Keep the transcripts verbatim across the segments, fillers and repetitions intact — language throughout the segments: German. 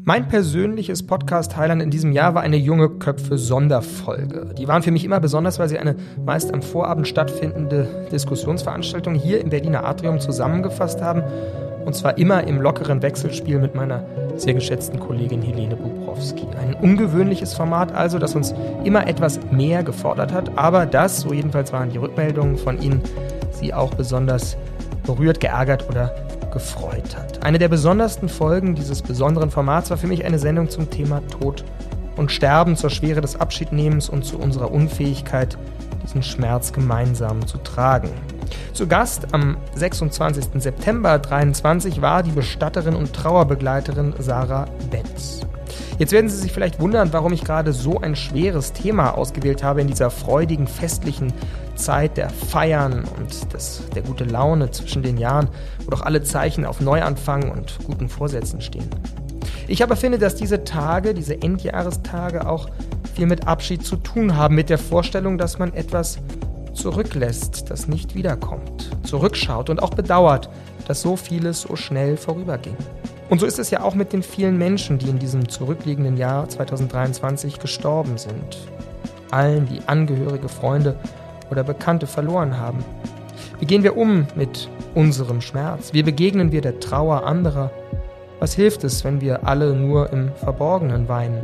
Mein persönliches Podcast-Highlight in diesem Jahr war eine Junge Köpfe-Sonderfolge. Die waren für mich immer besonders, weil sie eine meist am Vorabend stattfindende Diskussionsveranstaltung hier im Berliner Atrium zusammengefasst haben. Und zwar immer im lockeren Wechselspiel mit meiner sehr geschätzten Kollegin Helene Bubrowski. Ein ungewöhnliches Format also, das uns immer etwas mehr gefordert hat. Aber das, so jedenfalls waren die Rückmeldungen von Ihnen, Sie auch besonders berührt, geärgert oder gefreut hat. Eine der besondersten Folgen dieses besonderen Formats war für mich eine Sendung zum Thema Tod und Sterben, zur Schwere des Abschiednehmens und zu unserer Unfähigkeit, diesen Schmerz gemeinsam zu tragen. Zu Gast am sechsundzwanzigsten September dreiundzwanzig war die Bestatterin und Trauerbegleiterin Sarah Benz. Jetzt werden Sie sich vielleicht wundern, warum ich gerade so ein schweres Thema ausgewählt habe in dieser freudigen, festlichen Zeit der Feiern und des, der gute Laune zwischen den Jahren, wo doch alle Zeichen auf Neuanfang und guten Vorsätzen stehen. Ich aber finde, dass diese Tage, diese Endjahrestage auch viel mit Abschied zu tun haben, mit der Vorstellung, dass man etwas zurücklässt, das nicht wiederkommt, zurückschaut und auch bedauert, dass so vieles so schnell vorüberging. Und so ist es ja auch mit den vielen Menschen, die in diesem zurückliegenden Jahr zweitausenddreiundzwanzig gestorben sind. Allen, die Angehörige, Freunde oder Bekannte verloren haben. Wie gehen wir um mit unserem Schmerz? Wie begegnen wir der Trauer anderer? Was hilft es, wenn wir alle nur im Verborgenen weinen?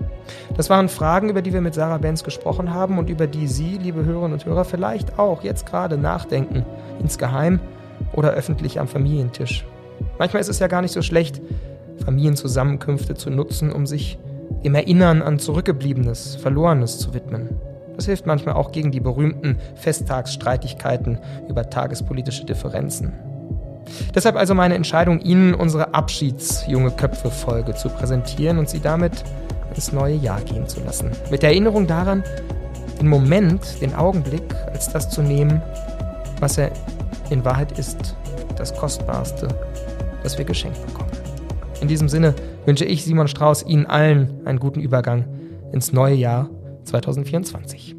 Das waren Fragen, über die wir mit Sarah Benz gesprochen haben und über die Sie, liebe Hörerinnen und Hörer, vielleicht auch jetzt gerade nachdenken, insgeheim oder öffentlich am Familientisch. Manchmal ist es ja gar nicht so schlecht, Familienzusammenkünfte zu nutzen, um sich dem Erinnern an Zurückgebliebenes, Verlorenes zu widmen. Das hilft manchmal auch gegen die berühmten Festtagsstreitigkeiten über tagespolitische Differenzen. Deshalb also meine Entscheidung, Ihnen unsere Abschieds-Junge-Köpfe-Folge zu präsentieren und Sie damit ins neue Jahr gehen zu lassen. Mit der Erinnerung daran, den Moment, den Augenblick als das zu nehmen, was er in Wahrheit ist, das Kostbarste, das wir geschenkt bekommen. In diesem Sinne wünsche ich, Simon Strauß, Ihnen allen einen guten Übergang ins neue Jahr zweitausendvierundzwanzig.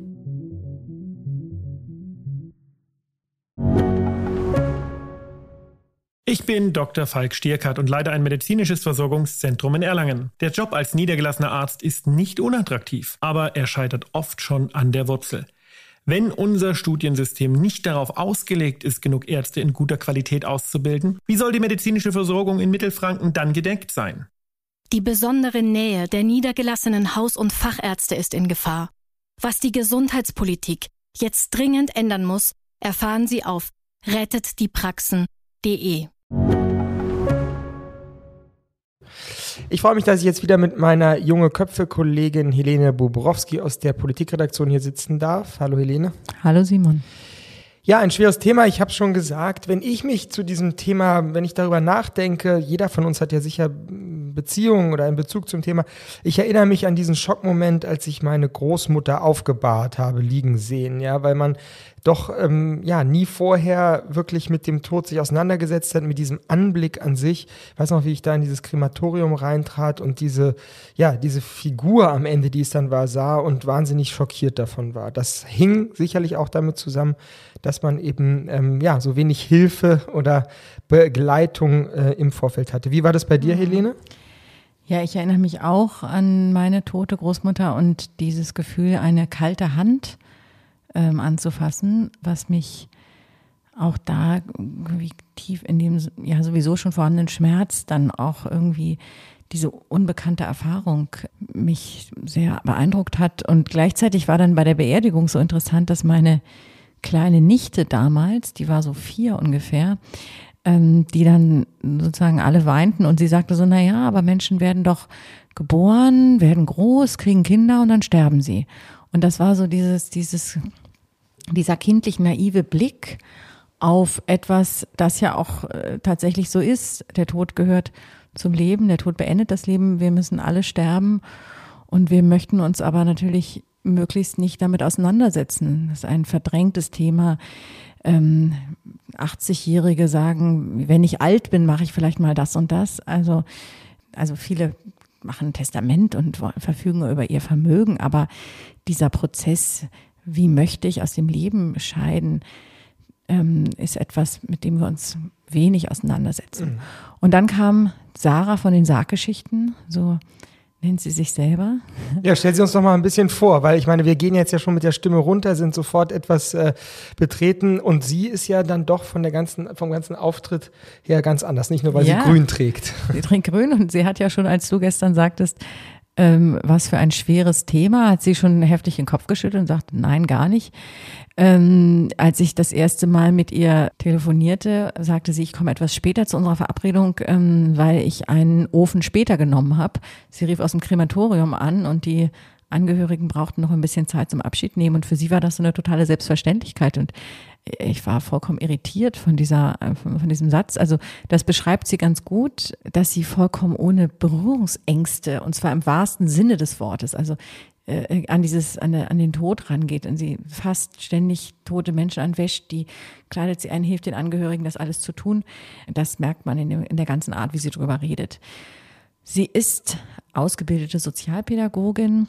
Ich bin Doktor Falk Stierkart und leite ein medizinisches Versorgungszentrum in Erlangen. Der Job als niedergelassener Arzt ist nicht unattraktiv, aber er scheitert oft schon an der Wurzel. Wenn unser Studiensystem nicht darauf ausgelegt ist, genug Ärzte in guter Qualität auszubilden, wie soll die medizinische Versorgung in Mittelfranken dann gedeckt sein? Die besondere Nähe der niedergelassenen Haus- und Fachärzte ist in Gefahr. Was die Gesundheitspolitik jetzt dringend ändern muss, erfahren Sie auf rettet die praxen punkt de. Ich freue mich, dass ich jetzt wieder mit meiner junge Köpfe-Kollegin Helene Bubrowski aus der Politikredaktion hier sitzen darf. Hallo Helene. Hallo Simon. Ja, ein schweres Thema, ich habe schon gesagt. Wenn ich mich zu diesem Thema, wenn ich darüber nachdenke, jeder von uns hat ja sicher Beziehungen oder einen Bezug zum Thema. Ich erinnere mich an diesen Schockmoment, als ich meine Großmutter aufgebahrt habe, liegen sehen, ja, weil man doch ähm, ja nie vorher wirklich mit dem Tod sich auseinandergesetzt hat, mit diesem Anblick an sich. Ich weiß noch, wie ich da in dieses Krematorium reintrat und diese, ja, diese Figur am Ende, die es dann war, sah und wahnsinnig schockiert davon war. Das hing sicherlich auch damit zusammen, dass man eben ähm, ja so wenig Hilfe oder Begleitung äh, im Vorfeld hatte. Wie war das bei dir, Helene? Ja, ich erinnere mich auch an meine tote Großmutter und dieses Gefühl, eine kalte Hand ähm, anzufassen, was mich auch da irgendwie tief in dem ja sowieso schon vorhandenen Schmerz dann auch irgendwie diese unbekannte Erfahrung mich sehr beeindruckt hat. Und gleichzeitig war dann bei der Beerdigung so interessant, dass meine kleine Nichte damals, die war so vier ungefähr, ähm, die dann sozusagen alle weinten und sie sagte so, na ja, aber Menschen werden doch geboren, werden groß, kriegen Kinder und dann sterben sie. Und das war so dieses, dieses, dieser kindlich naive Blick auf etwas, das ja auch äh, tatsächlich so ist. Der Tod gehört zum Leben, der Tod beendet das Leben, wir müssen alle sterben und wir möchten uns aber natürlich möglichst nicht damit auseinandersetzen. Das ist ein verdrängtes Thema. Ähm, achtzigjährige sagen, wenn ich alt bin, mache ich vielleicht mal das und das. Also, also viele machen ein Testament und verfügen über ihr Vermögen, aber dieser Prozess, wie möchte ich aus dem Leben scheiden, ähm, ist etwas, mit dem wir uns wenig auseinandersetzen. Mhm. Und dann kam Sarah von den Sarggeschichten, so nennt sie sich selber. Ja, stell sie uns doch mal ein bisschen vor, weil ich meine, wir gehen jetzt ja schon mit der Stimme runter, sind sofort etwas äh, betreten und sie ist ja dann doch von der ganzen, vom ganzen Auftritt her ganz anders, nicht nur, weil ja, sie grün trägt. Sie trägt grün und sie hat ja schon, als du gestern sagtest, ähm, was für ein schweres Thema, hat sie schon heftig den Kopf geschüttelt und sagte, nein, gar nicht. Ähm, als ich das erste Mal mit ihr telefonierte, sagte sie, ich komme etwas später zu unserer Verabredung, ähm, weil ich einen Ofen später genommen habe. Sie rief aus dem Krematorium an und die Angehörigen brauchten noch ein bisschen Zeit zum Abschied nehmen und für sie war das so eine totale Selbstverständlichkeit und ich war vollkommen irritiert von dieser, von diesem Satz. Also das beschreibt sie ganz gut, dass sie vollkommen ohne Berührungsängste, und zwar im wahrsten Sinne des Wortes, also äh, an dieses, an, an den Tod rangeht und sie fast ständig tote Menschen anwäscht, die kleidet sie ein, hilft den Angehörigen, das alles zu tun. Das merkt man in, dem, in der ganzen Art, wie sie drüber redet. Sie ist ausgebildete Sozialpädagogin,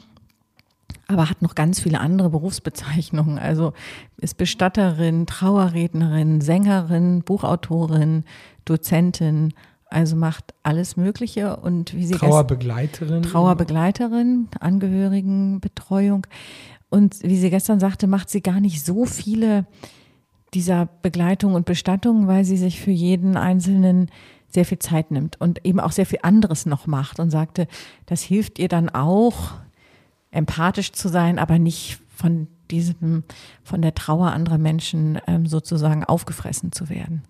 aber hat noch ganz viele andere Berufsbezeichnungen. Also ist Bestatterin, Trauerrednerin, Sängerin, Buchautorin, Dozentin, also macht alles Mögliche. Und wie sie Trauerbegleiterin. Gest- Trauerbegleiterin, Angehörigenbetreuung. Und wie sie gestern sagte, macht sie gar nicht so viele dieser Begleitung und Bestattung, weil sie sich für jeden Einzelnen sehr viel Zeit nimmt und eben auch sehr viel anderes noch macht und sagte, das hilft ihr dann auch, empathisch zu sein, aber nicht von diesem, von der Trauer anderer Menschen ähm, sozusagen aufgefressen zu werden.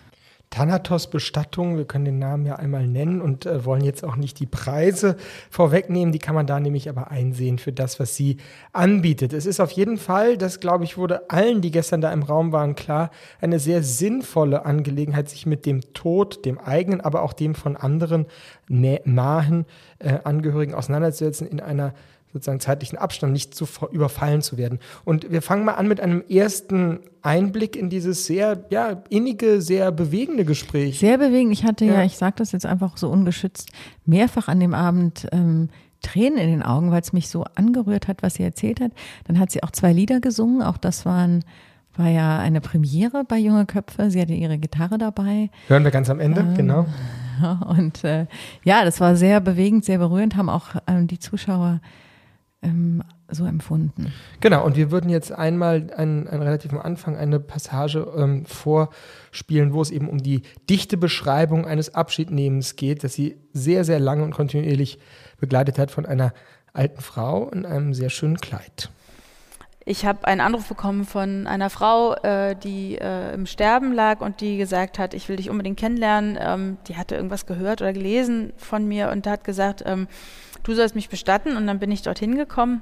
Thanatos Bestattung, wir können den Namen ja einmal nennen und äh, wollen jetzt auch nicht die Preise vorwegnehmen, die kann man da nämlich aber einsehen für das, was sie anbietet. Es ist auf jeden Fall, das glaube ich wurde allen, die gestern da im Raum waren, klar, eine sehr sinnvolle Angelegenheit, sich mit dem Tod, dem eigenen, aber auch dem von anderen nä- nahen äh, Angehörigen auseinanderzusetzen in einer sozusagen zeitlichen Abstand, nicht zu überfallen zu werden. Und wir fangen mal an mit einem ersten Einblick in dieses sehr ja, innige, sehr bewegende Gespräch. Sehr bewegend. Ich hatte ja, ja ich sage das jetzt einfach so ungeschützt, mehrfach an dem Abend ähm, Tränen in den Augen, weil es mich so angerührt hat, was sie erzählt hat. Dann hat sie auch zwei Lieder gesungen. Auch das waren, war ja eine Premiere bei Junge Köpfe. Sie hatte ihre Gitarre dabei. Hören wir ganz am Ende, ähm, genau. Und äh, ja, das war sehr bewegend, sehr berührend, haben auch ähm, die Zuschauer Ähm, so empfunden. Genau, und wir würden jetzt einmal einen, einen relativ am Anfang eine Passage ähm, vorspielen, wo es eben um die dichte Beschreibung eines Abschiednehmens geht, das sie sehr, sehr lange und kontinuierlich begleitet hat von einer alten Frau in einem sehr schönen Kleid. Ich habe einen Anruf bekommen von einer Frau, äh, die äh, im Sterben lag und die gesagt hat, ich will dich unbedingt kennenlernen. Ähm, die hatte irgendwas gehört oder gelesen von mir und hat gesagt, ähm, du sollst mich bestatten. Und dann bin ich dorthin gekommen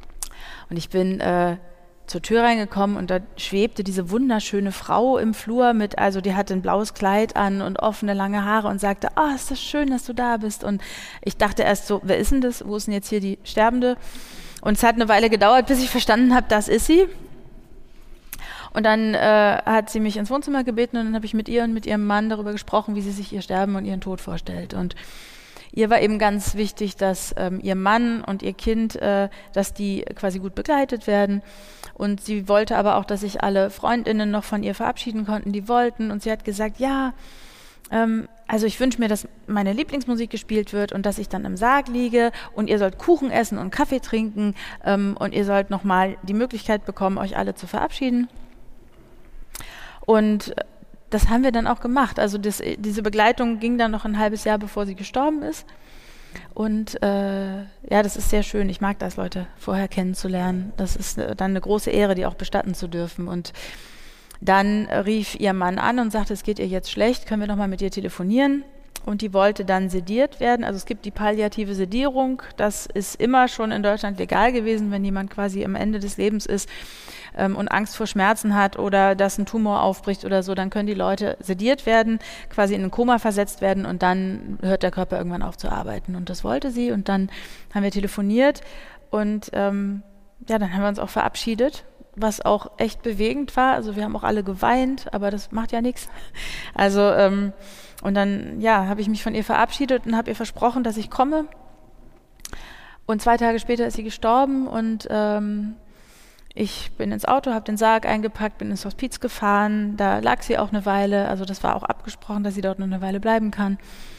und ich bin äh, zur Tür reingekommen und da schwebte diese wunderschöne Frau im Flur mit, also die hatte ein blaues Kleid an und offene lange Haare und sagte, ah, oh, ist das schön, dass du da bist. Und ich dachte erst so, wer ist denn das? Wo ist denn jetzt hier die Sterbende? Und es hat eine Weile gedauert, bis ich verstanden habe, das ist sie. Und dann äh, hat sie mich ins Wohnzimmer gebeten und dann habe ich mit ihr und mit ihrem Mann darüber gesprochen, wie sie sich ihr Sterben und ihren Tod vorstellt. Und ihr war eben ganz wichtig, dass ähm, ihr Mann und ihr Kind, äh, dass die quasi gut begleitet werden. Und sie wollte aber auch, dass sich alle Freundinnen noch von ihr verabschieden konnten, die wollten. Und sie hat gesagt, ja, ähm, also ich wünsche mir, dass meine Lieblingsmusik gespielt wird und dass ich dann im Sarg liege und ihr sollt Kuchen essen und Kaffee trinken ähm, und ihr sollt nochmal die Möglichkeit bekommen, euch alle zu verabschieden. Und das haben wir dann auch gemacht. Also das, diese Begleitung ging dann noch ein halbes Jahr, bevor sie gestorben ist. Und äh, ja, das ist sehr schön. Ich mag das, Leute vorher kennenzulernen. Das ist dann eine große Ehre, die auch bestatten zu dürfen. Und dann rief ihr Mann an und sagte, es geht ihr jetzt schlecht, können wir noch mal mit ihr telefonieren? Und die wollte dann sediert werden. Also es gibt die palliative Sedierung. Das ist immer schon in Deutschland legal gewesen, wenn jemand quasi am Ende des Lebens ist ähm, und Angst vor Schmerzen hat oder dass ein Tumor aufbricht oder so, dann können die Leute sediert werden, quasi in ein Koma versetzt werden und dann hört der Körper irgendwann auf zu arbeiten. Und das wollte sie und dann haben wir telefoniert und ähm, ja, dann haben wir uns auch verabschiedet, was auch echt bewegend war. Also wir haben auch alle geweint, aber das macht ja nichts. Also ähm, und dann ja, habe ich mich von ihr verabschiedet und habe ihr versprochen, dass ich komme. Und zwei Tage später ist sie gestorben und ähm, ich bin ins Auto, habe den Sarg eingepackt, bin ins Hospiz gefahren. Da lag sie auch eine Weile. Also das war auch abgesprochen, dass sie dort noch eine Weile bleiben kann.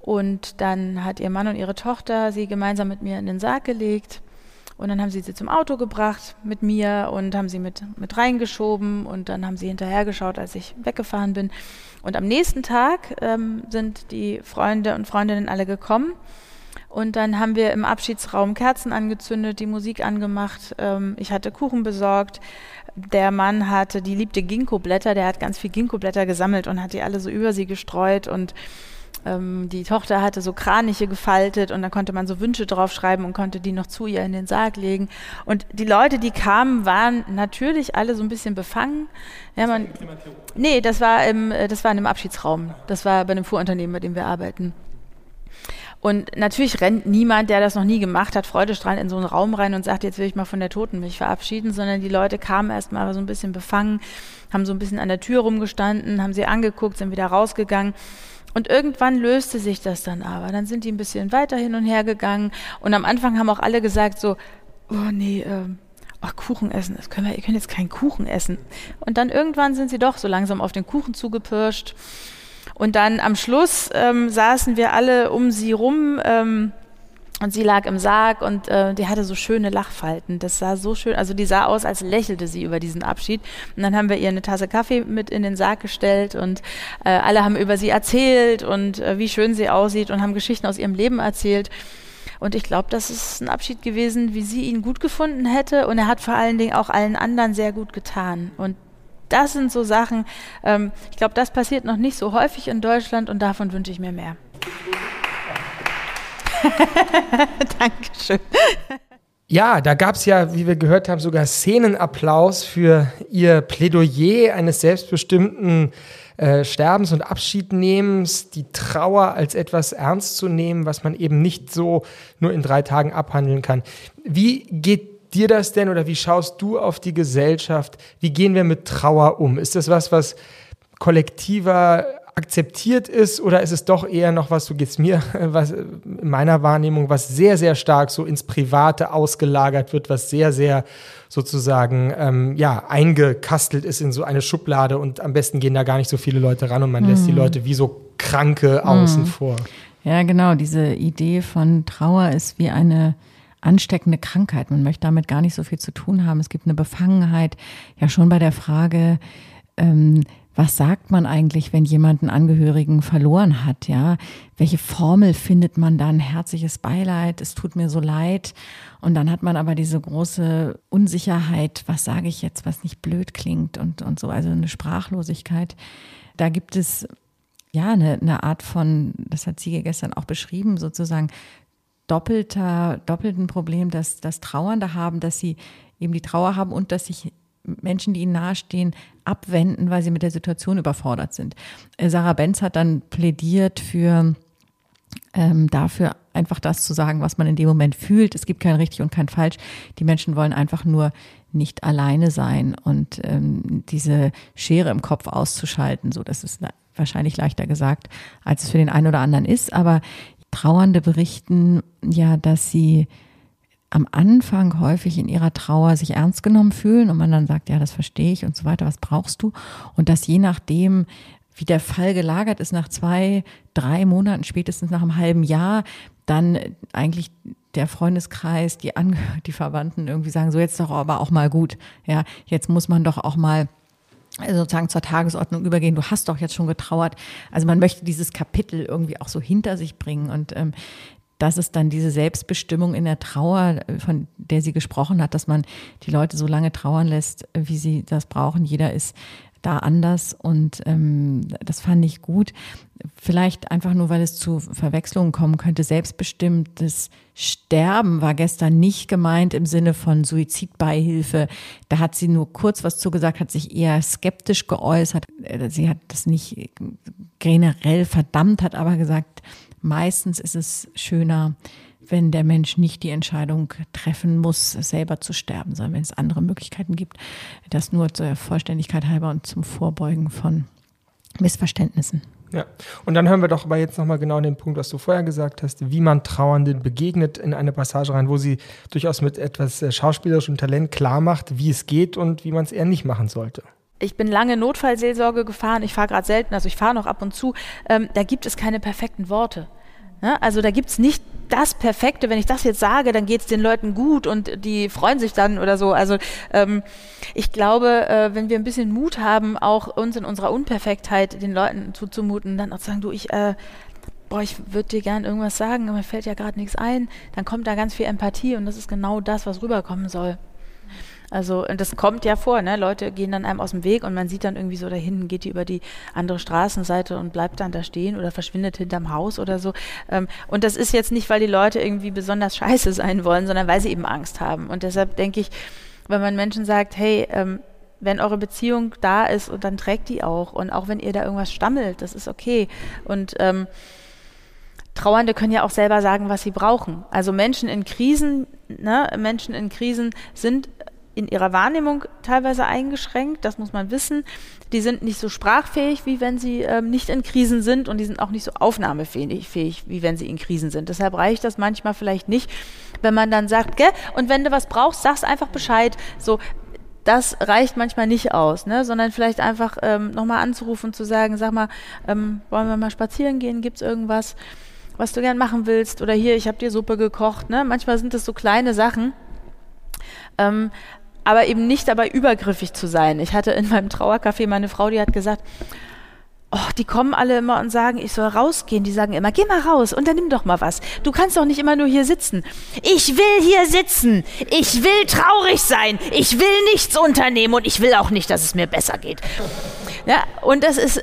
Und dann hat ihr Mann und ihre Tochter sie gemeinsam mit mir in den Sarg gelegt. Und dann haben sie sie zum Auto gebracht mit mir und haben sie mit, mit reingeschoben. Und dann haben sie hinterhergeschaut, als ich weggefahren bin. Und am nächsten Tag ähm, sind die Freunde und Freundinnen alle gekommen. Und dann haben wir im Abschiedsraum Kerzen angezündet, die Musik angemacht. Ähm, ich hatte Kuchen besorgt. Der Mann hatte, die liebte Ginkgo-Blätter, der hat ganz viel Ginkgo-Blätter gesammelt und hat die alle so über sie gestreut. Und ähm, die Tochter hatte so Kraniche gefaltet und da konnte man so Wünsche draufschreiben und konnte die noch zu ihr in den Sarg legen. Und die Leute, die kamen, waren natürlich alle so ein bisschen befangen. Ja, man, nee, das war, im, das war in einem Abschiedsraum. Das war bei einem Fuhrunternehmen, bei dem wir arbeiten. Und natürlich rennt niemand, der das noch nie gemacht hat, freudestrahlend in so einen Raum rein und sagt, jetzt will ich mal von der Toten mich verabschieden, sondern die Leute kamen erst mal so ein bisschen befangen, haben so ein bisschen an der Tür rumgestanden, haben sie angeguckt, sind wieder rausgegangen. Und irgendwann löste sich das dann aber. Dann sind die ein bisschen weiter hin und her gegangen. Und am Anfang haben auch alle gesagt so, oh nee, ähm, oh, Kuchen essen, das können wir, ihr könnt jetzt keinen Kuchen essen. Und dann irgendwann sind sie doch so langsam auf den Kuchen zugepirscht. Und dann am Schluss ähm, saßen wir alle um sie rum ähm, und sie lag im Sarg und äh, die hatte so schöne Lachfalten. Das sah so schön, also die sah aus, als lächelte sie über diesen Abschied. Und dann haben wir ihr eine Tasse Kaffee mit in den Sarg gestellt und äh, alle haben über sie erzählt und äh, wie schön sie aussieht und haben Geschichten aus ihrem Leben erzählt. Und ich glaube, das ist ein Abschied gewesen, wie sie ihn gut gefunden hätte. Und er hat vor allen Dingen auch allen anderen sehr gut getan. Und das sind so Sachen, ähm, ich glaube, das passiert noch nicht so häufig in Deutschland und davon wünsche ich mir mehr. Dankeschön. Ja, da gab es ja, wie wir gehört haben, sogar Szenenapplaus für ihr Plädoyer eines selbstbestimmten äh, Sterbens und Abschiednehmens, die Trauer als etwas ernst zu nehmen, was man eben nicht so nur in drei Tagen abhandeln kann. Wie geht dir das denn oder wie schaust du auf die Gesellschaft? Wie gehen wir mit Trauer um? Ist das was, was kollektiver akzeptiert ist oder ist es doch eher noch was, so geht's mir, was in meiner Wahrnehmung, was sehr, sehr stark so ins Private ausgelagert wird, was sehr, sehr sozusagen ähm, ja, eingekastelt ist in so eine Schublade und am besten gehen da gar nicht so viele Leute ran und man mhm. lässt die Leute wie so Kranke mhm. außen vor. Ja, genau, diese Idee von Trauer ist wie eine ansteckende Krankheit. Man möchte damit gar nicht so viel zu tun haben. Es gibt eine Befangenheit, ja schon bei der Frage, ähm, was sagt man eigentlich, wenn jemand einen Angehörigen verloren hat, ja? Welche Formel findet man dann? Herzliches Beileid, es tut mir so leid. Und dann hat man aber diese große Unsicherheit, was sage ich jetzt, was nicht blöd klingt und, und so, also eine Sprachlosigkeit. Da gibt es ja eine, eine Art von, das hat Siege gestern auch beschrieben, sozusagen, doppelter, doppelten Problem, dass, dass Trauernde haben, dass sie eben die Trauer haben und dass sich Menschen, die ihnen nahestehen, abwenden, weil sie mit der Situation überfordert sind. Sarah Benz hat dann plädiert für ähm, dafür, einfach das zu sagen, was man in dem Moment fühlt. Es gibt kein richtig und kein falsch. Die Menschen wollen einfach nur nicht alleine sein und ähm, diese Schere im Kopf auszuschalten. So, das ist wahrscheinlich leichter gesagt, als es für den einen oder anderen ist. Aber Trauernde berichten ja, dass sie am Anfang häufig in ihrer Trauer sich ernst genommen fühlen und man dann sagt, ja, das verstehe ich und so weiter, was brauchst du? Und dass je nachdem, wie der Fall gelagert ist, nach zwei, drei Monaten, spätestens nach einem halben Jahr, dann eigentlich der Freundeskreis, die Angehörigen, die Verwandten irgendwie sagen, so jetzt doch aber auch mal gut. Ja, jetzt muss man doch auch mal sozusagen zur Tagesordnung übergehen. Du hast doch jetzt schon getrauert. Also man möchte dieses Kapitel irgendwie auch so hinter sich bringen und ähm, das ist dann diese Selbstbestimmung in der Trauer, von der sie gesprochen hat, dass man die Leute so lange trauern lässt, wie sie das brauchen. Jeder ist da anders und ähm, das fand ich gut. Vielleicht einfach nur, weil es zu Verwechslungen kommen könnte. Selbstbestimmtes Sterben war gestern nicht gemeint im Sinne von Suizidbeihilfe. Da hat sie nur kurz was zugesagt, hat sich eher skeptisch geäußert. Sie hat das nicht generell verdammt, hat aber gesagt, meistens ist es schöner, wenn der Mensch nicht die Entscheidung treffen muss, selber zu sterben, sondern wenn es andere Möglichkeiten gibt. Das nur zur Vollständigkeit halber und zum Vorbeugen von Missverständnissen. Ja, und dann hören wir doch aber jetzt nochmal genau den Punkt, was du vorher gesagt hast, wie man Trauernden begegnet, in eine Passage rein, wo sie durchaus mit etwas schauspielerischem Talent klar macht, wie es geht und wie man es eher nicht machen sollte. Ich bin lange Notfallseelsorge gefahren, ich fahre gerade selten, also ich fahre noch ab und zu. Ähm, da gibt es keine perfekten Worte. Ja, also da gibt es nicht das Perfekte, wenn ich das jetzt sage, dann geht es den Leuten gut und die freuen sich dann oder so. Also ähm, ich glaube, äh, wenn wir ein bisschen Mut haben, auch uns in unserer Unperfektheit den Leuten zuzumuten, dann auch zu sagen, du, ich, äh, boah, ich würde dir gern irgendwas sagen, aber mir fällt ja gerade nichts ein, dann kommt da ganz viel Empathie und das ist genau das, was rüberkommen soll. Also und das kommt ja vor, ne? Leute gehen dann einem aus dem Weg und man sieht dann irgendwie so da hinten, geht die über die andere Straßenseite und bleibt dann da stehen oder verschwindet hinterm Haus oder so. Und das ist jetzt nicht, weil die Leute irgendwie besonders scheiße sein wollen, sondern weil sie eben Angst haben. Und deshalb denke ich, wenn man Menschen sagt, hey, wenn eure Beziehung da ist und dann trägt die auch und auch wenn ihr da irgendwas stammelt, das ist okay. Und ähm, Trauernde können ja auch selber sagen, was sie brauchen. Also Menschen in Krisen, ne? Menschen in Krisen sind in ihrer Wahrnehmung teilweise eingeschränkt, das muss man wissen. Die sind nicht so sprachfähig, wie wenn sie ähm, nicht in Krisen sind und die sind auch nicht so aufnahmefähig, fähig, wie wenn sie in Krisen sind. Deshalb reicht das manchmal vielleicht nicht, wenn man dann sagt, gell, und wenn du was brauchst, sagst einfach Bescheid. So, das reicht manchmal nicht aus, ne? Sondern vielleicht einfach ähm, nochmal anzurufen und zu sagen, sag mal, ähm, wollen wir mal spazieren gehen, gibt's irgendwas, was du gern machen willst? Oder hier, ich habe dir Suppe gekocht. Ne? Manchmal sind das so kleine Sachen, ähm, aber eben nicht dabei übergriffig zu sein. Ich hatte in meinem Trauercafé meine Frau, die hat gesagt, oh, die kommen alle immer und sagen, ich soll rausgehen. Die sagen immer, geh mal raus, unternimm doch mal was. Du kannst doch nicht immer nur hier sitzen. Ich will hier sitzen. Ich will traurig sein. Ich will nichts unternehmen und ich will auch nicht, dass es mir besser geht. Ja, und das ist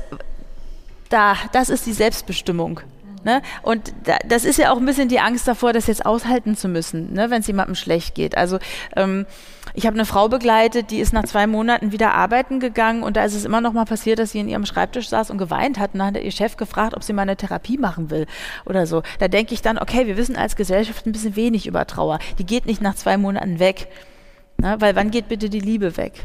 da, das ist die Selbstbestimmung. Ne? Und da, das ist ja auch ein bisschen die Angst davor, das jetzt aushalten zu müssen, ne? Wenn es jemandem schlecht geht. Also ähm, ich habe eine Frau begleitet, die ist nach zwei Monaten wieder arbeiten gegangen und da ist es immer noch mal passiert, dass sie in ihrem Schreibtisch saß und geweint hat und dann hat ihr Chef gefragt, ob sie mal eine Therapie machen will oder so. Da denke ich dann, okay, wir wissen als Gesellschaft ein bisschen wenig über Trauer. Die geht nicht nach zwei Monaten weg, ne? Weil wann geht bitte die Liebe weg?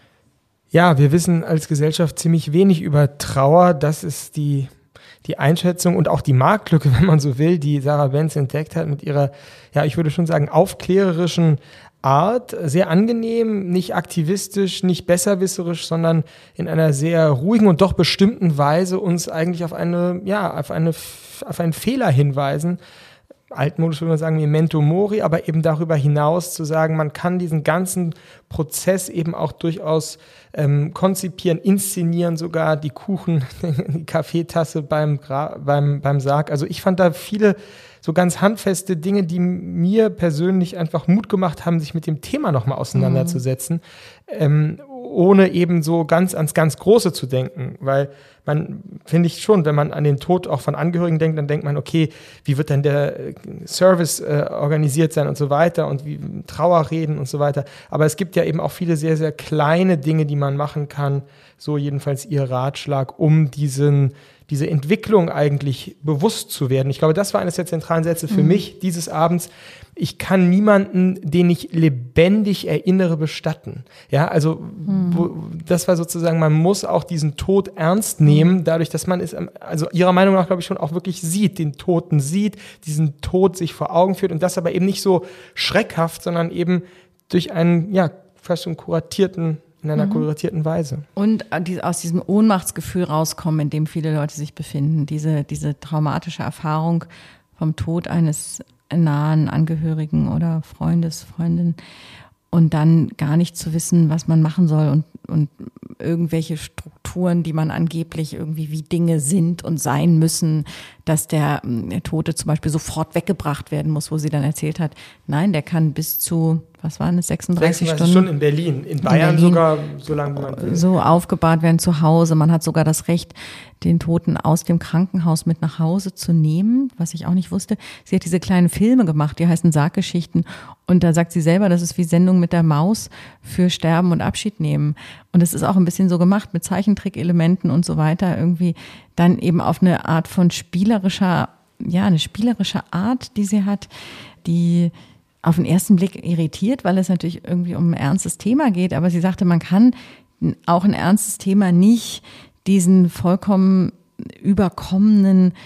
Ja, wir wissen als Gesellschaft ziemlich wenig über Trauer. Das ist die die Einschätzung und auch die Marktlücke, wenn man so will, die Sarah Benz entdeckt hat mit ihrer, ja, ich würde schon sagen, aufklärerischen Art. Sehr angenehm, nicht aktivistisch, nicht besserwisserisch, sondern in einer sehr ruhigen und doch bestimmten Weise uns eigentlich auf eine, ja, auf eine, auf einen Fehler hinweisen. Altmodisch würde man sagen, Memento Mori, aber eben darüber hinaus zu sagen, man kann diesen ganzen Prozess eben auch durchaus ähm, konzipieren, inszenieren sogar, die Kuchen, die Kaffeetasse beim, beim, beim Sarg. Also ich fand da viele so ganz handfeste Dinge, die mir persönlich einfach Mut gemacht haben, sich mit dem Thema nochmal auseinanderzusetzen, mhm. ähm, ohne eben so ganz ans ganz Große zu denken, weil man, finde ich schon, wenn man an den Tod auch von Angehörigen denkt, dann denkt man, okay, wie wird denn der Service äh, organisiert sein und so weiter und wie Trauerreden und so weiter. Aber es gibt ja eben auch viele sehr, sehr kleine Dinge, die man machen kann, so jedenfalls ihr Ratschlag, um diesen diese Entwicklung eigentlich bewusst zu werden. Ich glaube, das war eines der zentralen Sätze für mhm. mich dieses Abends. Ich kann niemanden, den ich lebendig erinnere, bestatten. Ja, also mhm. wo, das war sozusagen, man muss auch diesen Tod ernst nehmen, dadurch, dass man es, also ihrer Meinung nach, glaube ich, schon auch wirklich sieht, den Toten sieht, diesen Tod sich vor Augen führt und das aber eben nicht so schreckhaft, sondern eben durch einen, ja, fast schon kuratierten in einer mhm. kuratierten Weise. Und aus diesem Ohnmachtsgefühl rauskommen, in dem viele Leute sich befinden. Diese, diese traumatische Erfahrung vom Tod eines nahen Angehörigen oder Freundes, Freundin und dann gar nicht zu wissen, was man machen soll und, und irgendwelche Strukturen, die man angeblich irgendwie wie Dinge sind und sein müssen, dass der, der Tote zum Beispiel sofort weggebracht werden muss, wo sie dann erzählt hat, nein, der kann bis zu, was waren es, sechsunddreißig Stunden? Stunden in Berlin, in Bayern in Berlin sogar so lange, wie man will. So aufgebahrt werden zu Hause. Man hat sogar das Recht, den Toten aus dem Krankenhaus mit nach Hause zu nehmen, was ich auch nicht wusste. Sie hat diese kleinen Filme gemacht, die heißen Sarggeschichten. Und da sagt sie selber, das ist wie Sendung mit der Maus für Sterben und Abschied nehmen. Und es ist auch ein bisschen so gemacht mit Zeichentrickelementen und so weiter. Irgendwie dann eben auf eine Art von spielerischer, ja, eine spielerische Art, die sie hat, die auf den ersten Blick irritiert, weil es natürlich irgendwie um ein ernstes Thema geht. Aber sie sagte, man kann auch ein ernstes Thema nicht diesen vollkommen überkommenen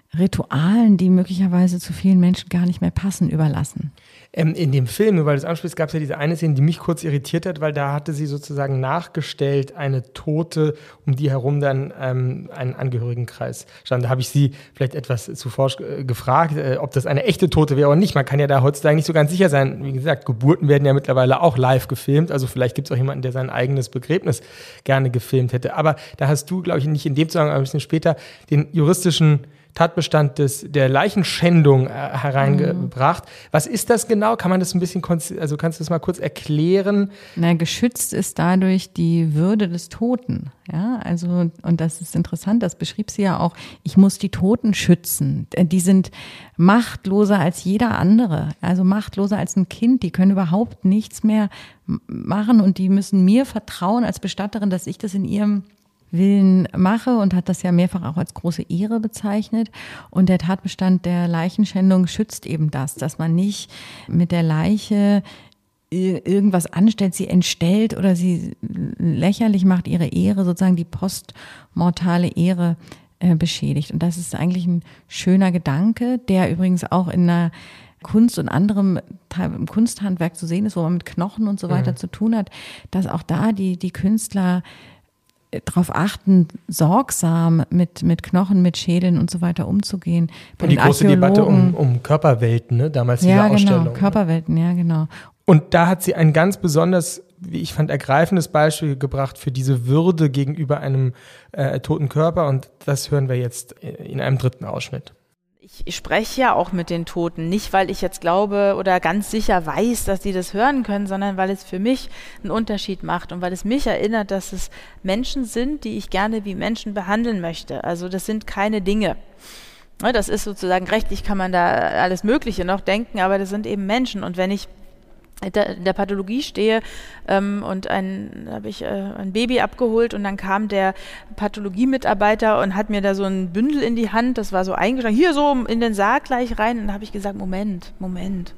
Ritualen, die möglicherweise zu vielen Menschen gar nicht mehr passen, überlassen. Ähm, in dem Film, nur weil du es ansprichst, gab es ja diese eine Szene, die mich kurz irritiert hat, weil da hatte sie sozusagen nachgestellt eine Tote, um die herum dann ähm, ein Angehörigenkreis stand. Da habe ich sie vielleicht etwas zuvor äh, gefragt, äh, ob das eine echte Tote wäre oder nicht. Man kann ja da heutzutage nicht so ganz sicher sein. Wie gesagt, Geburten werden ja mittlerweile auch live gefilmt, also vielleicht gibt es auch jemanden, der sein eigenes Begräbnis gerne gefilmt hätte. Aber da hast du, glaube ich, nicht in dem Zusammenhang, aber ein bisschen später, den juristischen Tatbestand des, der Leichenschändung äh, hereingebracht. Mhm. Was ist das genau? Kann man das ein bisschen, also kannst du das mal kurz erklären? Na, geschützt ist dadurch die Würde des Toten. Ja, also, und das ist interessant, das beschrieb sie ja auch. Ich muss die Toten schützen. Die sind machtloser als jeder andere. Also machtloser als ein Kind. Die können überhaupt nichts mehr machen und die müssen mir vertrauen als Bestatterin, dass ich das in ihrem Willen mache, und hat das ja mehrfach auch als große Ehre bezeichnet. Und der Tatbestand der Leichenschändung schützt eben das, dass man nicht mit der Leiche irgendwas anstellt, sie entstellt oder sie lächerlich macht, ihre Ehre, sozusagen die postmortale Ehre äh, beschädigt. Und das ist eigentlich ein schöner Gedanke, der übrigens auch in einer Kunst und anderem im Kunsthandwerk zu sehen ist, wo man mit Knochen und so weiter mhm. zu tun hat, dass auch da die, die Künstler darauf achten, sorgsam mit, mit Knochen, mit Schädeln und so weiter umzugehen. Bei und die große Debatte um, um Körperwelten, ne? Damals ja, diese Ausstellung. Genau, Körperwelten, ja genau. Und da hat sie ein ganz besonders, wie ich fand, ergreifendes Beispiel gebracht für diese Würde gegenüber einem äh, toten Körper, und das hören wir jetzt in einem dritten Ausschnitt. Ich spreche ja auch mit den Toten, nicht weil ich jetzt glaube oder ganz sicher weiß, dass die das hören können, sondern weil es für mich einen Unterschied macht und weil es mich erinnert, dass es Menschen sind, die ich gerne wie Menschen behandeln möchte. Also das sind keine Dinge. Das ist sozusagen rechtlich, kann man da alles Mögliche noch denken, aber das sind eben Menschen. Und wenn ich in der Pathologie stehe ähm, und ein, habe ich äh, ein Baby abgeholt und dann kam der Pathologie-Mitarbeiter und hat mir da so ein Bündel in die Hand, das war so eingeschlagen, hier so in den Sarg gleich rein, und dann habe ich gesagt, Moment, Moment,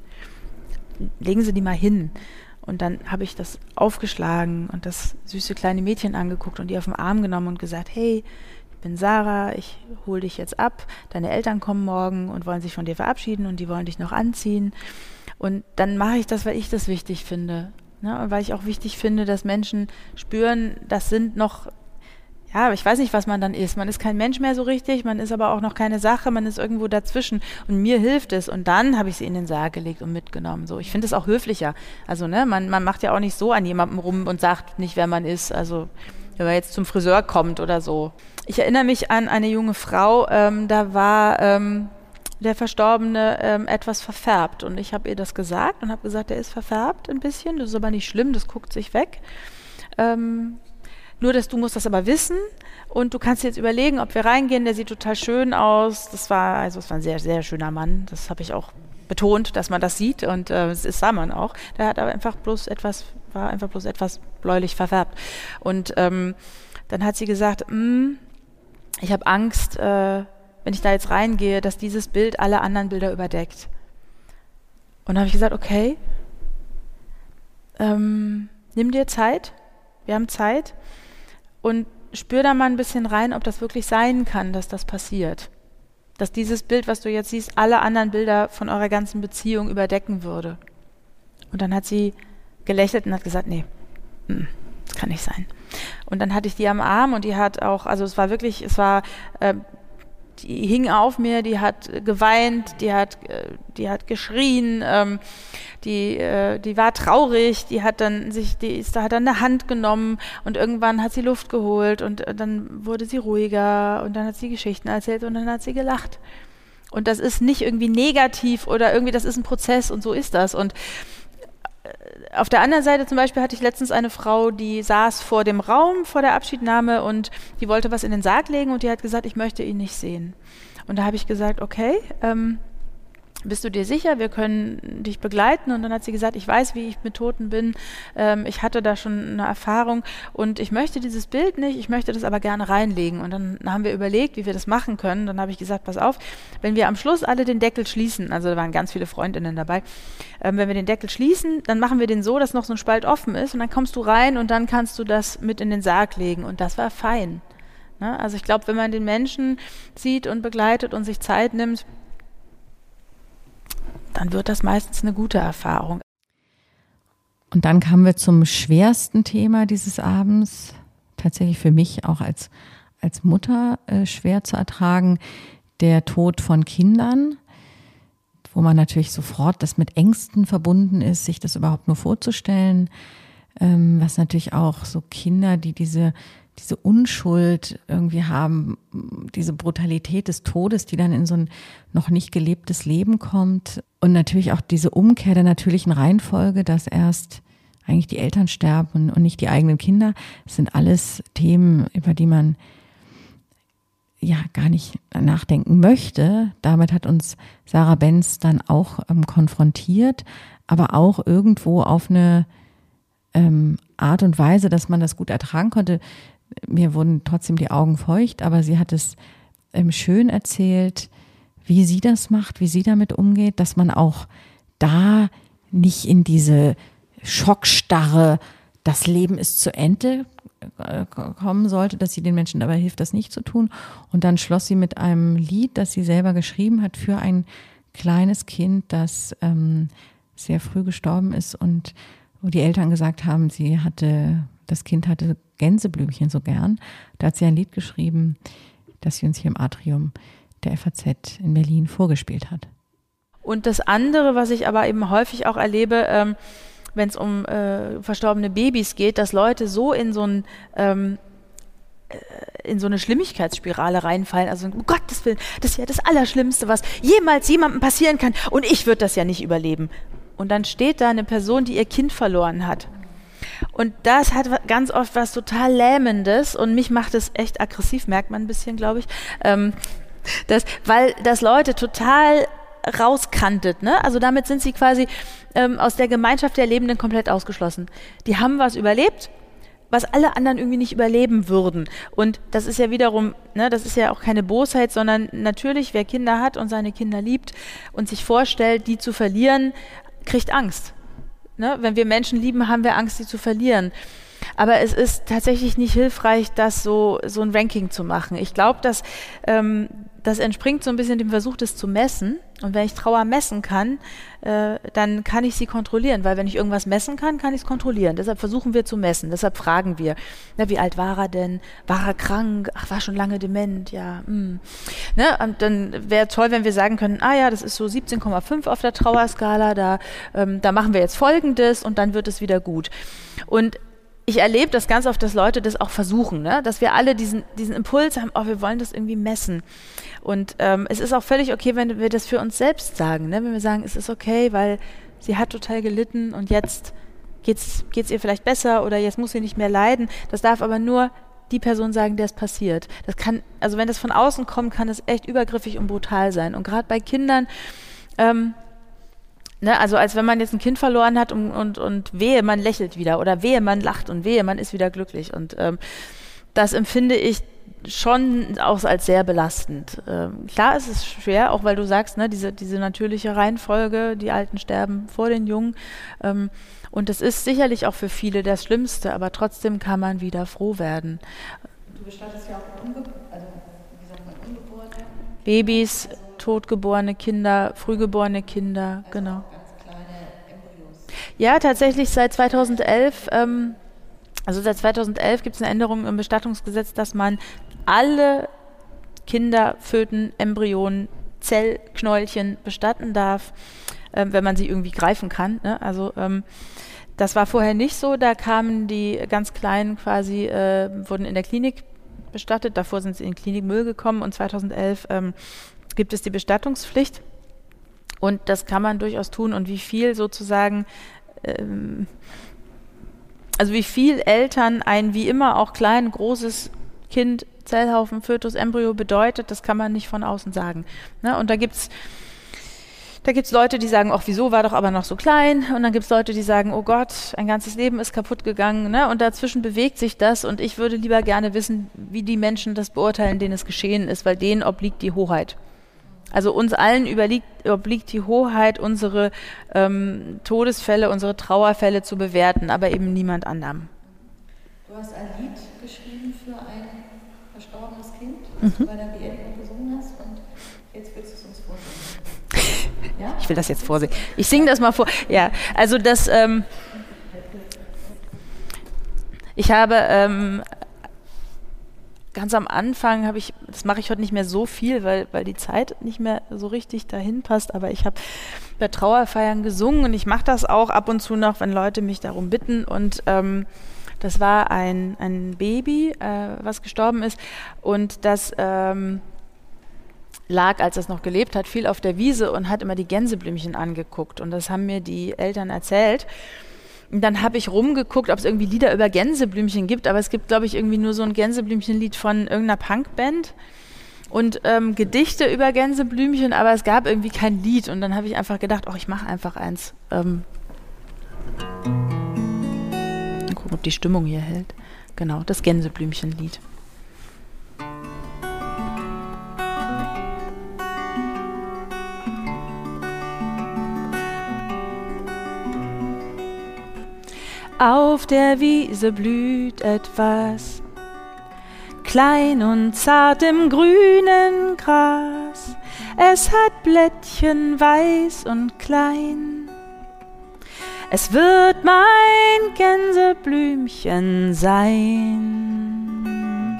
legen Sie die mal hin. Und dann habe ich das aufgeschlagen und das süße kleine Mädchen angeguckt und die auf den Arm genommen und gesagt, hey, ich bin Sarah, ich hole dich jetzt ab, deine Eltern kommen morgen und wollen sich von dir verabschieden und die wollen dich noch anziehen. Und dann mache ich das, weil ich das wichtig finde. Ne? Und weil ich auch wichtig finde, dass Menschen spüren, das sind noch, ja, ich weiß nicht, was man dann ist. Man ist kein Mensch mehr so richtig, man ist aber auch noch keine Sache, man ist irgendwo dazwischen. Und mir hilft es. Und dann habe ich sie in den Sarg gelegt und mitgenommen. So, ich finde es auch höflicher. Also, ne, man, man macht ja auch nicht so an jemandem rum und sagt nicht, wer man ist. Also, wenn man jetzt zum Friseur kommt oder so. Ich erinnere mich an eine junge Frau, ähm, da war ähm, der Verstorbene ähm, etwas verfärbt. Und ich habe ihr das gesagt und habe gesagt, der ist verfärbt ein bisschen, das ist aber nicht schlimm, das guckt sich weg. Ähm, nur, dass du musst das aber wissen und du kannst jetzt überlegen, ob wir reingehen, der sieht total schön aus. Das war, also es war ein sehr, sehr schöner Mann, das habe ich auch betont, dass man das sieht und äh, das sah man auch. Der hat aber einfach bloß etwas, war einfach bloß etwas bläulich verfärbt. Und ähm, dann hat sie gesagt, ich habe Angst, äh, wenn ich da jetzt reingehe, dass dieses Bild alle anderen Bilder überdeckt. Und dann habe ich gesagt, okay, ähm, nimm dir Zeit, wir haben Zeit und spür da mal ein bisschen rein, ob das wirklich sein kann, dass das passiert. Dass dieses Bild, was du jetzt siehst, alle anderen Bilder von eurer ganzen Beziehung überdecken würde. Und dann hat sie gelächelt und hat gesagt, nee, das kann nicht sein. Und dann hatte ich die am Arm und die hat auch, also es war wirklich, es war... Äh, die hing auf mir, die hat geweint, die hat, die hat geschrien, ähm, die, äh, die war traurig, die hat dann sich, die ist, da hat dann eine Hand genommen und irgendwann hat sie Luft geholt und dann wurde sie ruhiger und dann hat sie Geschichten erzählt und dann hat sie gelacht. Und das ist nicht irgendwie negativ oder irgendwie, das ist ein Prozess und so ist das. Und auf der anderen Seite zum Beispiel hatte ich letztens eine Frau, die saß vor dem Raum, vor der Abschiednahme und die wollte was in den Sarg legen und die hat gesagt, ich möchte ihn nicht sehen. Und da habe ich gesagt, okay, ähm, bist du dir sicher, wir können dich begleiten? Und dann hat sie gesagt, ich weiß, wie ich mit Toten bin, ähm, ich hatte da schon eine Erfahrung und ich möchte dieses Bild nicht, ich möchte das aber gerne reinlegen. Und dann haben wir überlegt, wie wir das machen können. Dann habe ich gesagt, pass auf, wenn wir am Schluss alle den Deckel schließen, also da waren ganz viele Freundinnen dabei, ähm, wenn wir den Deckel schließen, dann machen wir den so, dass noch so ein Spalt offen ist und dann kommst du rein und dann kannst du das mit in den Sarg legen. Und das war fein. Ne? Also ich glaube, wenn man den Menschen sieht und begleitet und sich Zeit nimmt, dann wird das meistens eine gute Erfahrung. Und dann kamen wir zum schwersten Thema dieses Abends, tatsächlich für mich auch als, als Mutter äh, schwer zu ertragen, der Tod von Kindern, wo man natürlich sofort das mit Ängsten verbunden ist, sich das überhaupt nur vorzustellen, ähm, was natürlich auch so Kinder, die diese, diese Unschuld irgendwie haben, diese Brutalität des Todes, die dann in so ein noch nicht gelebtes Leben kommt und natürlich auch diese Umkehr der natürlichen Reihenfolge, dass erst eigentlich die Eltern sterben und nicht die eigenen Kinder. Das sind alles Themen, über die man ja gar nicht nachdenken möchte. Damit hat uns Sarah Benz dann auch ähm, konfrontiert, aber auch irgendwo auf eine ähm, Art und Weise, dass man das gut ertragen konnte. Mir wurden trotzdem die Augen feucht, aber sie hat es ähm, schön erzählt, wie sie das macht, wie sie damit umgeht, dass man auch da nicht in diese Schockstarre, das Leben ist zu Ende äh, kommen sollte, dass sie den Menschen dabei hilft, das nicht zu tun. Und dann schloss sie mit einem Lied, das sie selber geschrieben hat für ein kleines Kind, das ähm, sehr früh gestorben ist und wo die Eltern gesagt haben, sie hatte, das Kind hatte Gänseblümchen so gern. Da hat sie ein Lied geschrieben, das sie uns hier im Atrium der F A Z in Berlin vorgespielt hat. Und das andere, was ich aber eben häufig auch erlebe, ähm, wenn es um äh, verstorbene Babys geht, dass Leute so in so ein ähm, in so eine Schlimmigkeitsspirale reinfallen, also um Gottes Willen, das ist ja das Allerschlimmste, was jemals jemandem passieren kann und ich würde das ja nicht überleben. Und dann steht da eine Person, die ihr Kind verloren hat. Und das hat ganz oft was total Lähmendes und mich macht es echt aggressiv, merkt man ein bisschen, glaube ich, ähm, das, weil das Leute total rauskantet, ne? Also damit sind sie quasi ähm, aus der Gemeinschaft der Lebenden komplett ausgeschlossen. Die haben was überlebt, was alle anderen irgendwie nicht überleben würden. Und das ist ja wiederum, ne, das ist ja auch keine Bosheit, sondern natürlich, wer Kinder hat und seine Kinder liebt und sich vorstellt, die zu verlieren, kriegt Angst. Ne? Wenn wir Menschen lieben, haben wir Angst, sie zu verlieren. Aber es ist tatsächlich nicht hilfreich, das so, so ein Ranking zu machen. Ich glaube, dass ähm, das entspringt so ein bisschen dem Versuch, das zu messen. Und wenn ich Trauer messen kann, äh, dann kann ich sie kontrollieren. Weil wenn ich irgendwas messen kann, kann ich es kontrollieren. Deshalb versuchen wir zu messen. Deshalb fragen wir, na, wie alt war er denn? War er krank? Ach, war schon lange dement? Ja. Mh. Ne? Und dann wäre toll, wenn wir sagen können, ah ja, das ist so siebzehn Komma fünf auf der Trauerskala. Da, ähm, da machen wir jetzt Folgendes und dann wird es wieder gut. Und ich erlebe das ganz oft, dass Leute das auch versuchen, ne? Dass wir alle diesen, diesen Impuls haben, oh, wir wollen das irgendwie messen. Und ähm, es ist auch völlig okay, wenn wir das für uns selbst sagen, ne? Wenn wir sagen, es ist okay, weil sie hat total gelitten und jetzt geht's, geht's ihr vielleicht besser oder jetzt muss sie nicht mehr leiden. Das darf aber nur die Person sagen, der es passiert. Das kann, also wenn das von außen kommt, kann es echt übergriffig und brutal sein. Und gerade bei Kindern, ähm, Ne, also als wenn man jetzt ein Kind verloren hat und, und, und wehe, man lächelt wieder oder wehe, man lacht und wehe, man ist wieder glücklich. Und ähm, das empfinde ich schon auch als sehr belastend. Ähm, klar ist es schwer, auch weil du sagst, ne, diese, diese natürliche Reihenfolge, die Alten sterben vor den Jungen. Ähm, und das ist sicherlich auch für viele das Schlimmste, aber trotzdem kann man wieder froh werden. Du bestattest ja auch Unge- also, wie sagt man, Ungeborene? Babys, totgeborene Kinder, frühgeborene Kinder, also genau. Ja, tatsächlich seit zweitausendelf, ähm, also seit zweitausendelf gibt es eine Änderung im Bestattungsgesetz, dass man alle Kinder, Föten, Embryonen, Zellknäulchen bestatten darf, ähm, wenn man sie irgendwie greifen kann. Ne? Also ähm, das war vorher nicht so, da kamen die ganz Kleinen quasi, äh, wurden in der Klinik bestattet, davor sind sie in Klinikmüll gekommen und zweitausendelf ähm, gibt es die Bestattungspflicht. Und das kann man durchaus tun und wie viel sozusagen, ähm, also wie viel Eltern ein wie immer auch klein, großes Kind, Zellhaufen, Fötus, Embryo bedeutet, das kann man nicht von außen sagen. Ne? Und da gibt's da gibt's Leute, die sagen, ach wieso, war doch aber noch so klein. Und dann gibt's Leute, die sagen, oh Gott, ein ganzes Leben ist kaputt gegangen. Ne? Und dazwischen bewegt sich das und ich würde lieber gerne wissen, wie die Menschen das beurteilen, denen es geschehen ist, weil denen obliegt die Hoheit. Also uns allen überliegt, obliegt die Hoheit, unsere ähm, Todesfälle, unsere Trauerfälle zu bewerten, aber eben niemand anderem. Du hast ein Lied geschrieben für einen Verstorbenen? mhm. du bei der Beerdigung gesungen hast und jetzt willst du es uns vorsingen. Ja? Ich will das jetzt vorsingen. Ich singe das mal vor. Ja, also das, ähm, ich habe ähm, ganz am Anfang habe ich, das mache ich heute nicht mehr so viel, weil, weil die Zeit nicht mehr so richtig dahin passt, aber ich habe bei Trauerfeiern gesungen und ich mache das auch ab und zu noch, wenn Leute mich darum bitten und ähm, das war ein, ein Baby, äh, was gestorben ist und das ähm, lag, als es noch gelebt hat, viel auf der Wiese und hat immer die Gänseblümchen angeguckt und das haben mir die Eltern erzählt. Und dann habe ich rumgeguckt, ob es irgendwie Lieder über Gänseblümchen gibt, aber es gibt, glaube ich, irgendwie nur so ein Gänseblümchenlied von irgendeiner Punkband und ähm, Gedichte über Gänseblümchen, aber es gab irgendwie kein Lied und dann habe ich einfach gedacht, oh, ich mache einfach eins. Ähm Mal gucken, ob die Stimmung hier hält. Genau, das Gänseblümchenlied. Auf der Wiese blüht etwas, klein und zart im grünen Gras. Es hat Blättchen weiß und klein. Es wird mein Gänseblümchen sein.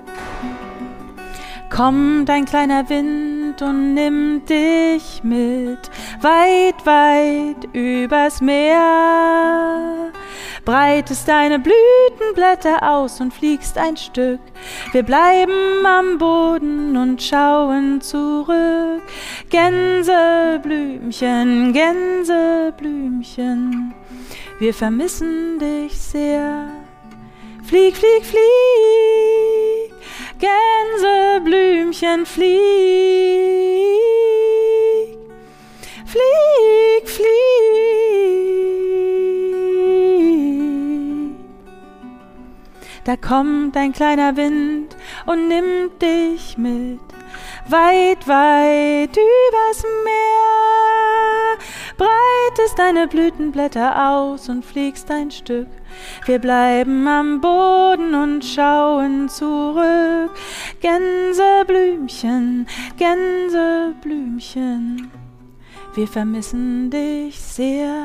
Kommt ein kleiner Wind und nimmt dich mit, weit, weit übers Meer. Breitest deine Blütenblätter aus und fliegst ein Stück. Wir bleiben am Boden und schauen zurück. Gänseblümchen, Gänseblümchen, wir vermissen dich sehr. Flieg, flieg, flieg, Gänseblümchen, flieg. Flieg, flieg. Da kommt ein kleiner Wind und nimmt dich mit, weit, weit übers Meer. Breitest deine Blütenblätter aus und fliegst ein Stück. Wir bleiben am Boden und schauen zurück. Gänseblümchen, Gänseblümchen, wir vermissen dich sehr.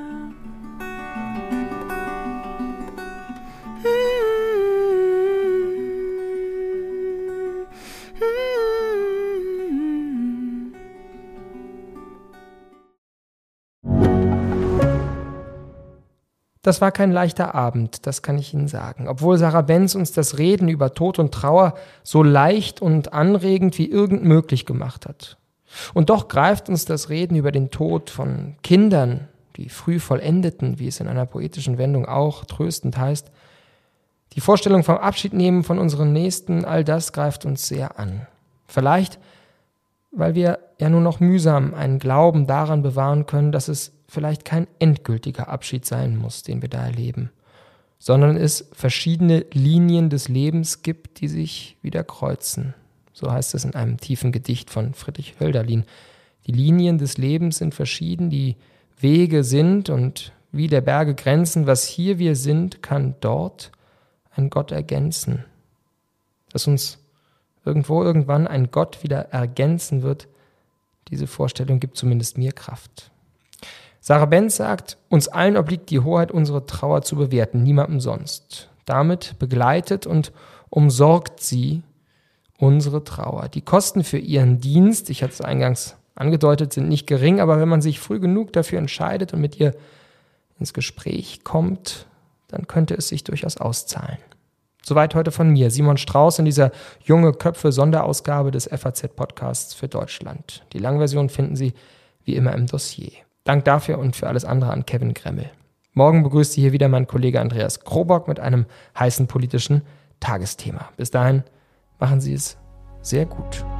Das war kein leichter Abend, das kann ich Ihnen sagen. Obwohl Sarah Benz uns das Reden über Tod und Trauer so leicht und anregend wie irgend möglich gemacht hat. Und doch greift uns das Reden über den Tod von Kindern, die früh vollendeten, wie es in einer poetischen Wendung auch tröstend heißt. Die Vorstellung vom Abschiednehmen von unseren Nächsten, all das greift uns sehr an. Vielleicht, weil wir ja nur noch mühsam einen Glauben daran bewahren können, dass es vielleicht kein endgültiger Abschied sein muss, den wir da erleben, sondern es verschiedene Linien des Lebens gibt, die sich wieder kreuzen. So heißt es in einem tiefen Gedicht von Friedrich Hölderlin. Die Linien des Lebens sind verschieden, die Wege sind und wie der Berge Grenzen, was hier wir sind, kann dort ein Gott ergänzen. Dass uns irgendwo irgendwann ein Gott wieder ergänzen wird, diese Vorstellung gibt zumindest mir Kraft. Sarah Benz sagt, uns allen obliegt die Hoheit, unsere Trauer zu bewerten, niemandem sonst. Damit begleitet und umsorgt sie unsere Trauer. Die Kosten für ihren Dienst, ich hatte es eingangs angedeutet, sind nicht gering, aber wenn man sich früh genug dafür entscheidet und mit ihr ins Gespräch kommt, dann könnte es sich durchaus auszahlen. Soweit heute von mir, Simon Strauß, in dieser Junge Köpfe Sonderausgabe des F A Z-Podcasts für Deutschland. Die Langversion finden Sie wie immer im Dossier. Dank dafür und für alles andere an Kevin Gremmel. Morgen begrüßt Sie hier wieder mein Kollege Andreas Krobock mit einem heißen politischen Tagesthema. Bis dahin machen Sie es sehr gut.